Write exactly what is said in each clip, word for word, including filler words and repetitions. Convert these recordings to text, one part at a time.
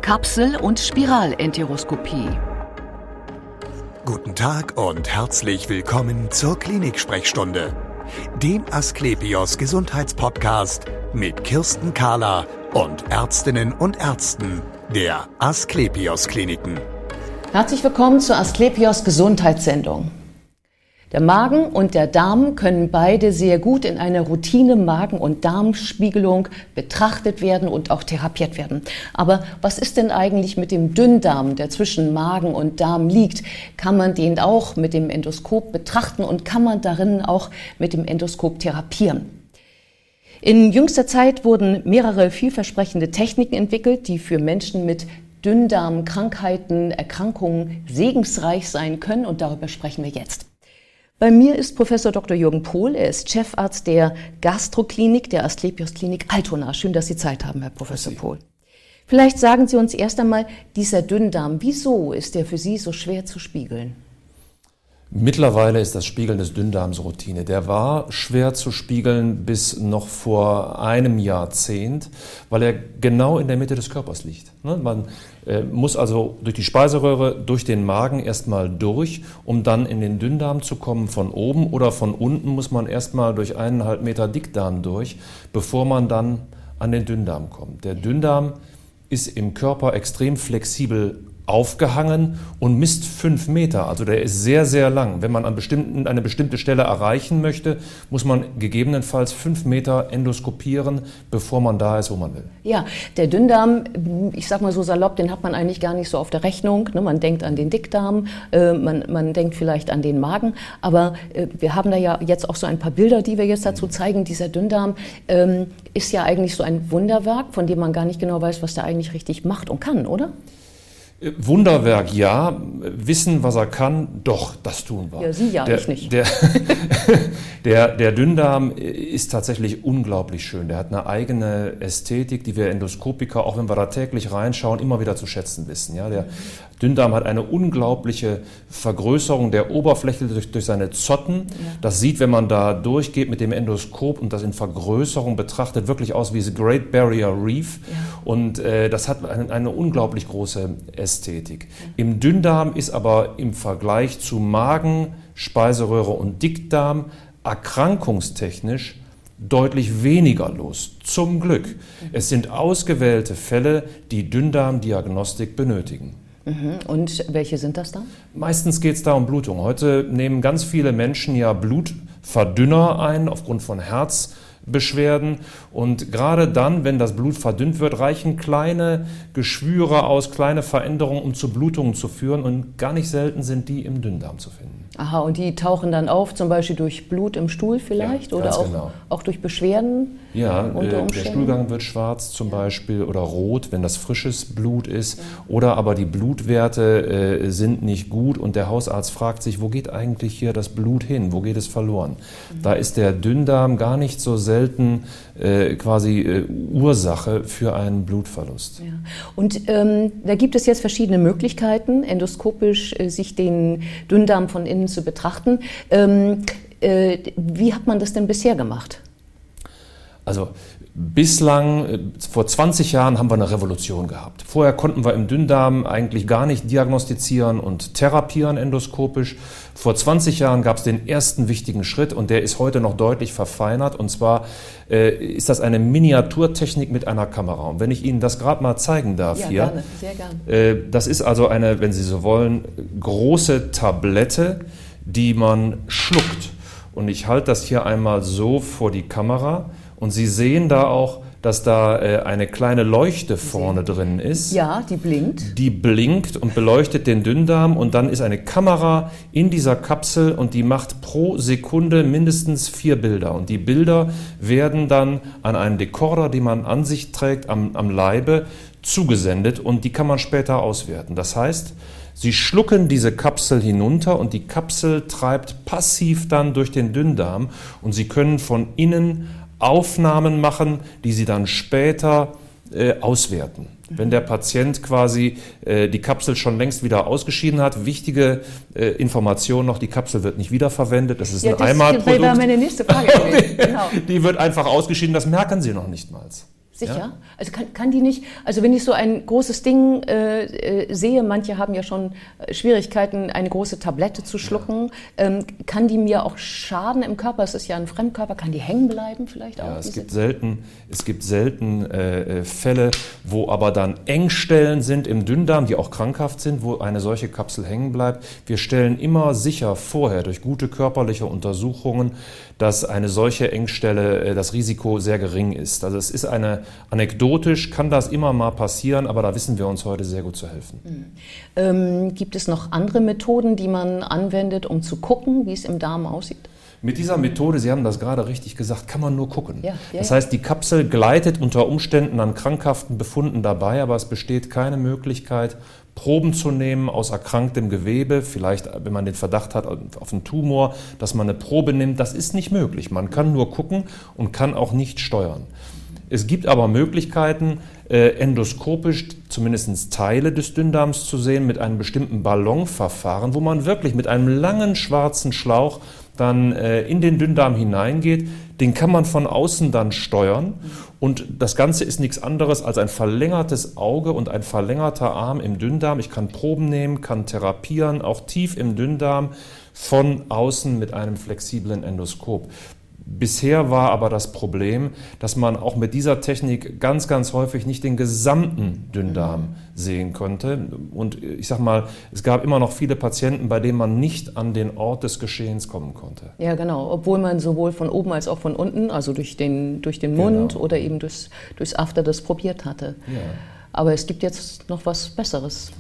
Kapsel- und Spiralenteroskopie. Guten Tag und herzlich willkommen zur Klinik-Sprechstunde, dem Asklepios Gesundheitspodcast mit Kirsten Kahler und Ärztinnen und Ärzten der Asklepios Kliniken. Herzlich willkommen zur Asklepios Gesundheitssendung. Der Magen und der Darm können beide sehr gut in einer Routine Magen- und Darmspiegelung betrachtet werden und auch therapiert werden. Aber was ist denn eigentlich mit dem Dünndarm, der zwischen Magen und Darm liegt? Kann man den auch mit dem Endoskop betrachten und kann man darin auch mit dem Endoskop therapieren? In jüngster Zeit wurden mehrere vielversprechende Techniken entwickelt, die für Menschen mit Dünndarmkrankheiten, Erkrankungen segensreich sein können, und darüber sprechen wir jetzt. Bei mir ist Professor Doktor Jürgen Pohl. Er ist Chefarzt der Gastroklinik der Asklepios Klinik Altona. Schön, dass Sie Zeit haben, Herr Professor Pohl. Vielleicht sagen Sie uns erst einmal, dieser Dünndarm, wieso ist der für Sie so schwer zu spiegeln? Mittlerweile ist das Spiegeln des Dünndarms Routine. Der war schwer zu spiegeln bis noch vor einem Jahrzehnt, weil er genau in der Mitte des Körpers liegt. Man äh, muss also durch die Speiseröhre, durch den Magen erstmal durch, um dann in den Dünndarm zu kommen von oben, oder von unten muss man erstmal durch eineinhalb Meter Dickdarm durch, bevor man dann an den Dünndarm kommt. Der Dünndarm ist im Körper extrem flexibel aufgehangen und misst fünf Meter. Also der ist sehr, sehr lang. Wenn man an bestimmten, eine bestimmte Stelle erreichen möchte, muss man gegebenenfalls fünf Meter endoskopieren, bevor man da ist, wo man will. Ja, der Dünndarm, ich sag mal so salopp, den hat man eigentlich gar nicht so auf der Rechnung. Man denkt an den Dickdarm, man, man denkt vielleicht an den Magen, aber wir haben da ja jetzt auch so ein paar Bilder, die wir jetzt dazu zeigen. Dieser Dünndarm ist ja eigentlich so ein Wunderwerk, von dem man gar nicht genau weiß, was der eigentlich richtig macht und kann, oder? Wunderwerk, ja. Wissen, was er kann, doch, das tun wir. Ja, Sie ja, der, ich nicht. Der, der, der Dünndarm ist tatsächlich unglaublich schön. Der hat eine eigene Ästhetik, die wir Endoskopiker, auch wenn wir da täglich reinschauen, immer wieder zu schätzen wissen. Ja, der Dünndarm hat eine unglaubliche Vergrößerung der Oberfläche durch, durch seine Zotten. Ja. Das sieht, wenn man da durchgeht mit dem Endoskop und das in Vergrößerung betrachtet, wirklich aus wie das Great Barrier Reef. Ja. Und äh, das hat eine, eine unglaublich große Ästhetik. Ja. Im Dünndarm ist aber im Vergleich zu Magen, Speiseröhre und Dickdarm erkrankungstechnisch deutlich weniger los. Zum Glück. Mhm. Es sind ausgewählte Fälle, die Dünndarmdiagnostik benötigen. Und welche sind das dann? Meistens geht es da um Blutung. Heute nehmen ganz viele Menschen ja Blutverdünner ein aufgrund von Herzbeschwerden. Und gerade dann, wenn das Blut verdünnt wird, reichen kleine Geschwüre aus, kleine Veränderungen, um zu Blutungen zu führen. Und gar nicht selten sind die im Dünndarm zu finden. Aha, und die tauchen dann auf, zum Beispiel durch Blut im Stuhl vielleicht? Ja, oder auch, genau. auch durch Beschwerden? Ja, äh, der Stuhlgang wird schwarz zum ja. Beispiel oder rot, wenn das frisches Blut ist. Ja. Oder aber die Blutwerte äh, sind nicht gut und der Hausarzt fragt sich, wo geht eigentlich hier das Blut hin? Wo geht es verloren? Mhm. Da ist der Dünndarm gar nicht so selten äh, quasi äh, Ursache für einen Blutverlust. Ja. Und ähm, da gibt es jetzt verschiedene Möglichkeiten, endoskopisch äh, sich den Dünndarm von innen zu betrachten. Ähm, äh, wie hat man das denn bisher gemacht? Also bislang, vor zwanzig Jahren haben wir eine Revolution gehabt. Vorher konnten wir im Dünndarm eigentlich gar nicht diagnostizieren und therapieren endoskopisch. Vor zwanzig Jahren gab es den ersten wichtigen Schritt und der ist heute noch deutlich verfeinert. Und zwar äh, ist das eine Miniaturtechnik mit einer Kamera. Und wenn ich Ihnen das gerade mal zeigen darf ja, hier. Gerne, sehr gerne. Äh, das ist also eine, wenn Sie so wollen, große Tablette, die man schluckt. Und ich halte das hier einmal so vor die Kamera. Und Sie sehen da auch, dass da äh, eine kleine Leuchte vorne drin ist. Ja, die blinkt. Die blinkt und beleuchtet den Dünndarm. Und dann ist eine Kamera in dieser Kapsel und die macht pro Sekunde mindestens vier Bilder. Und die Bilder werden dann an einen Dekorder, den man an sich trägt, am, am Leibe, zugesendet. Und die kann man später auswerten. Das heißt, Sie schlucken diese Kapsel hinunter und die Kapsel treibt passiv dann durch den Dünndarm. Und Sie können von innen Aufnahmen machen, die Sie dann später äh, auswerten. Wenn der Patient quasi äh, die Kapsel schon längst wieder ausgeschieden hat, wichtige äh, Information noch, die Kapsel wird nicht wiederverwendet, das ist ja, ein das Einmalprodukt. Das wäre meine nächste Frage gewesen. Genau. Die wird einfach ausgeschieden, das merken Sie noch nicht mal. Sicher? Ja? Also kann, kann die nicht, also wenn ich so ein großes Ding äh, äh, sehe, manche haben ja schon Schwierigkeiten, eine große Tablette zu schlucken, ja. ähm, kann die mir auch schaden im Körper? Es ist ja ein Fremdkörper, kann die hängen bleiben vielleicht auch? Ja, es gibt selten, es gibt selten äh, Fälle, wo aber dann Engstellen sind im Dünndarm, die auch krankhaft sind, wo eine solche Kapsel hängen bleibt. Wir stellen immer sicher vorher durch gute körperliche Untersuchungen, dass eine solche Engstelle, äh, das Risiko sehr gering ist. Also es ist eine, anekdotisch kann das immer mal passieren, aber da wissen wir uns heute sehr gut zu helfen. Mhm. Ähm, gibt es noch andere Methoden, die man anwendet, um zu gucken, wie es im Darm aussieht? Mit dieser Methode, Sie haben das gerade richtig gesagt, kann man nur gucken. Ja, ja, das ja. heißt, die Kapsel gleitet unter Umständen an krankhaften Befunden dabei, aber es besteht keine Möglichkeit, Proben zu nehmen aus erkranktem Gewebe, vielleicht, wenn man den Verdacht hat auf einen Tumor, dass man eine Probe nimmt. Das ist nicht möglich. Man kann nur gucken und kann auch nicht steuern. Es gibt aber Möglichkeiten, äh, endoskopisch zumindest Teile des Dünndarms zu sehen mit einem bestimmten Ballonverfahren, wo man wirklich mit einem langen schwarzen Schlauch dann äh, in den Dünndarm hineingeht. Den kann man von außen dann steuern und das Ganze ist nichts anderes als ein verlängertes Auge und ein verlängerter Arm im Dünndarm. Ich kann Proben nehmen, kann therapieren, auch tief im Dünndarm von außen mit einem flexiblen Endoskop. Bisher war aber das Problem, dass man auch mit dieser Technik ganz, ganz häufig nicht den gesamten Dünndarm sehen konnte. Und ich sag mal, es gab immer noch viele Patienten, bei denen man nicht an den Ort des Geschehens kommen konnte. Ja, genau. Obwohl man sowohl von oben als auch von unten, also durch den, durch den Mund genau. oder eben durchs, durchs After das probiert hatte. Ja. Aber es gibt jetzt noch was Besseres.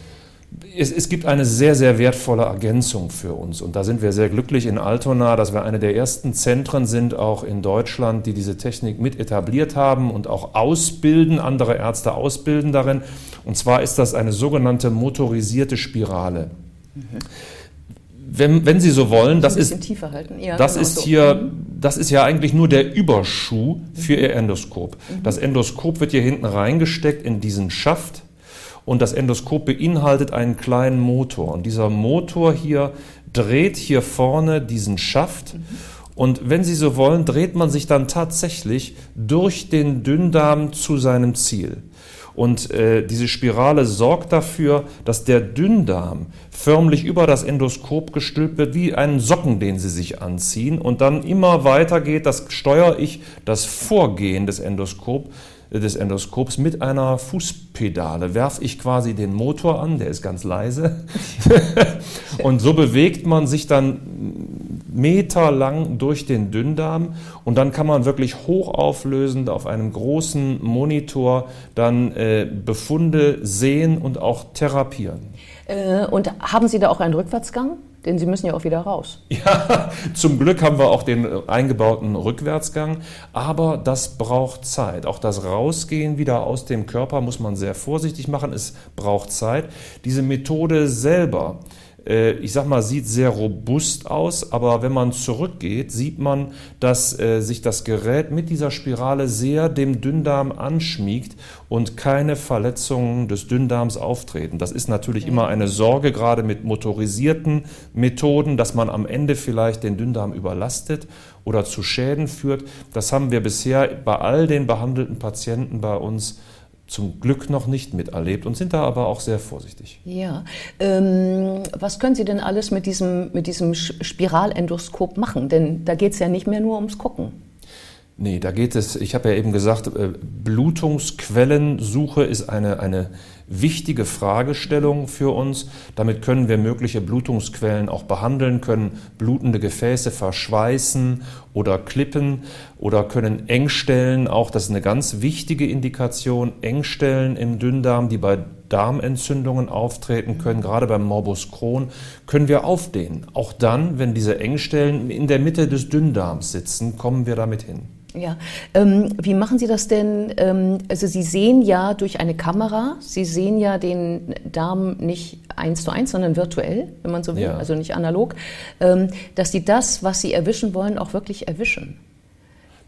Es, es gibt eine sehr, sehr wertvolle Ergänzung für uns und da sind wir sehr glücklich in Altona, dass wir eine der ersten Zentren sind, auch in Deutschland, die diese Technik mit etabliert haben und auch ausbilden, andere Ärzte ausbilden darin. Und zwar ist das eine sogenannte motorisierte Spirale. Mhm. Wenn, wenn Sie so wollen, das ist, ja, das genau ist so. hier, das ist ja eigentlich nur der Überschuh für Ihr Endoskop. Mhm. Das Endoskop wird hier hinten reingesteckt in diesen Schaft. Und das Endoskop beinhaltet einen kleinen Motor. Und dieser Motor hier dreht hier vorne diesen Schaft. Mhm. Und wenn Sie so wollen, dreht man sich dann tatsächlich durch den Dünndarm zu seinem Ziel. Und äh, diese Spirale sorgt dafür, dass der Dünndarm förmlich über das Endoskop gestülpt wird, wie einen Socken, den Sie sich anziehen. Und dann immer weiter geht, das steuere ich, das Vorgehen des Endoskops. des Endoskops mit einer Fußpedale werfe ich quasi den Motor an, der ist ganz leise und so bewegt man sich dann meterlang durch den Dünndarm und dann kann man wirklich hochauflösend auf einem großen Monitor dann äh, Befunde sehen und auch therapieren. Äh, und haben Sie da auch einen Rückwärtsgang? Denn Sie müssen ja auch wieder raus. Ja, zum Glück haben wir auch den eingebauten Rückwärtsgang, aber das braucht Zeit. Auch das Rausgehen wieder aus dem Körper muss man sehr vorsichtig machen, es braucht Zeit. Diese Methode selber, äh, ich sag mal, sieht sehr robust aus, aber wenn man zurückgeht, sieht man, dass äh, sich das Gerät mit dieser Spirale sehr dem Dünndarm anschmiegt und keine Verletzungen des Dünndarms auftreten. Das ist natürlich immer eine Sorge, gerade mit motorisierten Methoden, dass man am Ende vielleicht den Dünndarm überlastet oder zu Schäden führt. Das haben wir bisher bei all den behandelten Patienten bei uns zum Glück noch nicht miterlebt und sind da aber auch sehr vorsichtig. Ja, ähm, was können Sie denn alles mit diesem, mit diesem Spiralendoskop machen? Denn da geht es ja nicht mehr nur ums Gucken. Nee, da geht es, ich habe ja eben gesagt, Blutungsquellensuche ist eine, eine wichtige Fragestellung für uns. Damit können wir mögliche Blutungsquellen auch behandeln, können blutende Gefäße verschweißen oder klippen oder können Engstellen, auch das ist eine ganz wichtige Indikation, Engstellen im Dünndarm, die bei Darmentzündungen auftreten können, gerade beim Morbus Crohn, können wir aufdehnen. Auch dann, wenn diese Engstellen in der Mitte des Dünndarms sitzen, kommen wir damit hin. Ja, ähm, wie machen Sie das denn? Ähm, also Sie sehen ja durch eine Kamera, Sie sehen ja den Darm nicht eins zu eins, sondern virtuell, wenn man so will, ja. Also nicht analog, ähm, dass Sie das, was Sie erwischen wollen, auch wirklich erwischen.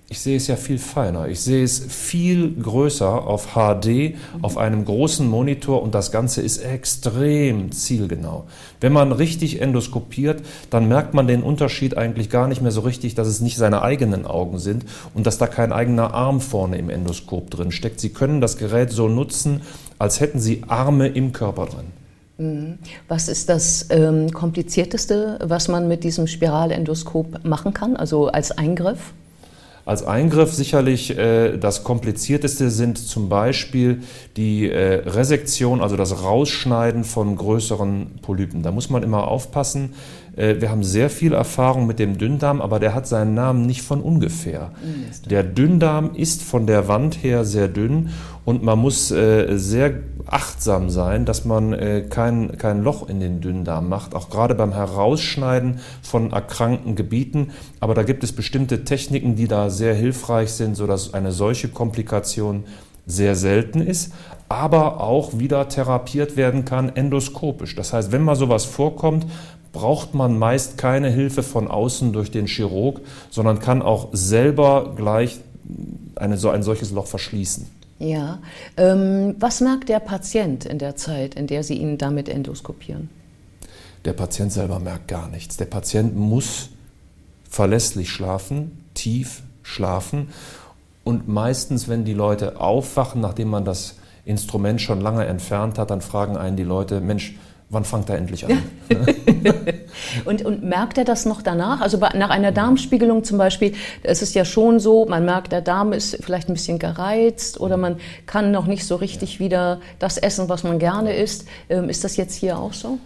Ich sehe es ja viel feiner. Ich sehe es viel größer auf H D, auf einem großen Monitor und das Ganze ist extrem zielgenau. Wenn man richtig endoskopiert, dann merkt man den Unterschied eigentlich gar nicht mehr so richtig, dass es nicht seine eigenen Augen sind und dass da kein eigener Arm vorne im Endoskop drin steckt. Sie können das Gerät so nutzen, als hätten Sie Arme im Körper drin. Was ist das ähm, Komplizierteste, was man mit diesem Spiralendoskop machen kann, also als Eingriff? Als Eingriff sicherlich äh, das Komplizierteste sind zum Beispiel die äh, Resektion, also das Rausschneiden von größeren Polypen. Da muss man immer aufpassen. Äh, wir haben sehr viel Erfahrung mit dem Dünndarm, aber der hat seinen Namen nicht von ungefähr. Der Dünndarm ist von der Wand her sehr dünn und man muss äh, sehr achtsam sein, dass man äh, kein, kein Loch in den Dünndarm macht, auch gerade beim Herausschneiden von erkrankten Gebieten. Aber da gibt es bestimmte Techniken, die da sehr hilfreich sind, sodass eine solche Komplikation sehr selten ist, aber auch wieder therapiert werden kann endoskopisch. Das heißt, wenn mal sowas vorkommt, braucht man meist keine Hilfe von außen durch den Chirurg, sondern kann auch selber gleich eine, so ein solches Loch verschließen. Ja, ähm, was merkt der Patient in der Zeit, in der Sie ihn damit endoskopieren? Der Patient selber merkt gar nichts. Der Patient muss verlässlich schlafen, tief schlafen und meistens, wenn die Leute aufwachen, nachdem man das Instrument schon lange entfernt hat, dann fragen einen die Leute, Mensch, wann fängt er endlich an? und, und merkt er das noch danach? Also bei, nach einer Darmspiegelung zum Beispiel, es ist ja schon so, man merkt, der Darm ist vielleicht ein bisschen gereizt oder man kann noch nicht so richtig wieder das essen, was man gerne isst. Ähm, ist das jetzt hier auch so?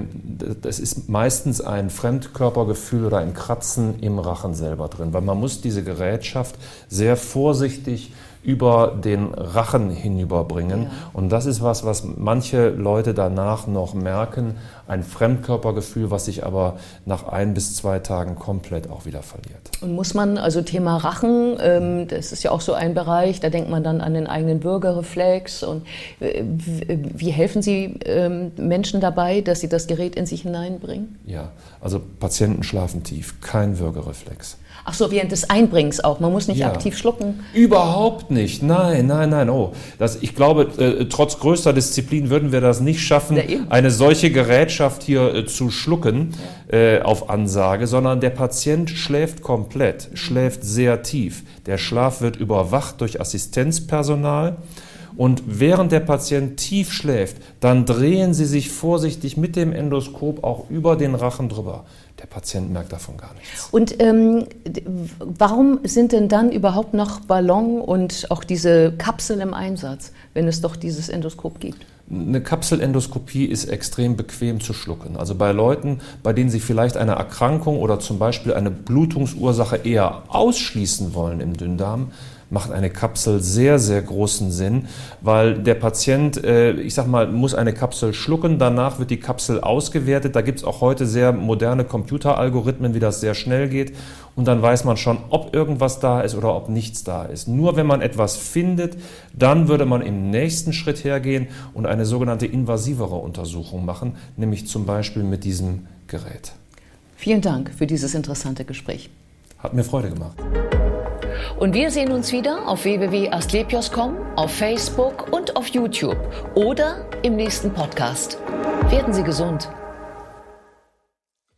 Das ist meistens ein Fremdkörpergefühl oder ein Kratzen im Rachen selber drin, weil man muss diese Gerätschaft sehr vorsichtig über den Rachen hinüberbringen. Ja. Und das ist was, was manche Leute danach noch merken, ein Fremdkörpergefühl, was sich aber nach ein bis zwei Tagen komplett auch wieder verliert. Und muss man, also Thema Rachen, ähm, das ist ja auch so ein Bereich, da denkt man dann an den eigenen Würgereflex. Und äh, wie helfen Sie ähm, Menschen dabei, dass sie das Gerät in sich hineinbringen? Ja, also Patienten schlafen tief, kein Würgereflex. Ach so, während des Einbringens auch. Man muss nicht ja. aktiv schlucken. Überhaupt nicht. Nein, nein, nein. Oh, das, ich glaube, äh, trotz größter Disziplin würden wir das nicht schaffen, ja, eine solche Gerätschaft hier äh, zu schlucken ja. äh, auf Ansage, sondern der Patient schläft komplett, mhm. schläft sehr tief. Der Schlaf wird überwacht durch Assistenzpersonal. Und während der Patient tief schläft, dann drehen Sie sich vorsichtig mit dem Endoskop auch über den Rachen drüber. Der Patient merkt davon gar nichts. Und ähm, warum sind denn dann überhaupt noch Ballon und auch diese Kapsel im Einsatz, wenn es doch dieses Endoskop gibt? Eine Kapselendoskopie ist extrem bequem zu schlucken. Also bei Leuten, bei denen Sie vielleicht eine Erkrankung oder zum Beispiel eine Blutungsursache eher ausschließen wollen im Dünndarm, macht eine Kapsel sehr, sehr großen Sinn, weil der Patient, äh, ich sag mal, muss eine Kapsel schlucken, danach wird die Kapsel ausgewertet. Da gibt es auch heute sehr moderne Computeralgorithmen, wie das sehr schnell geht. Und dann weiß man schon, ob irgendwas da ist oder ob nichts da ist. Nur wenn man etwas findet, dann würde man im nächsten Schritt hergehen und eine sogenannte invasivere Untersuchung machen, nämlich zum Beispiel mit diesem Gerät. Vielen Dank für dieses interessante Gespräch. Hat mir Freude gemacht. Und wir sehen uns wieder auf w w w punkt asklepios punkt com, auf Facebook und auf YouTube oder im nächsten Podcast. Werden Sie gesund.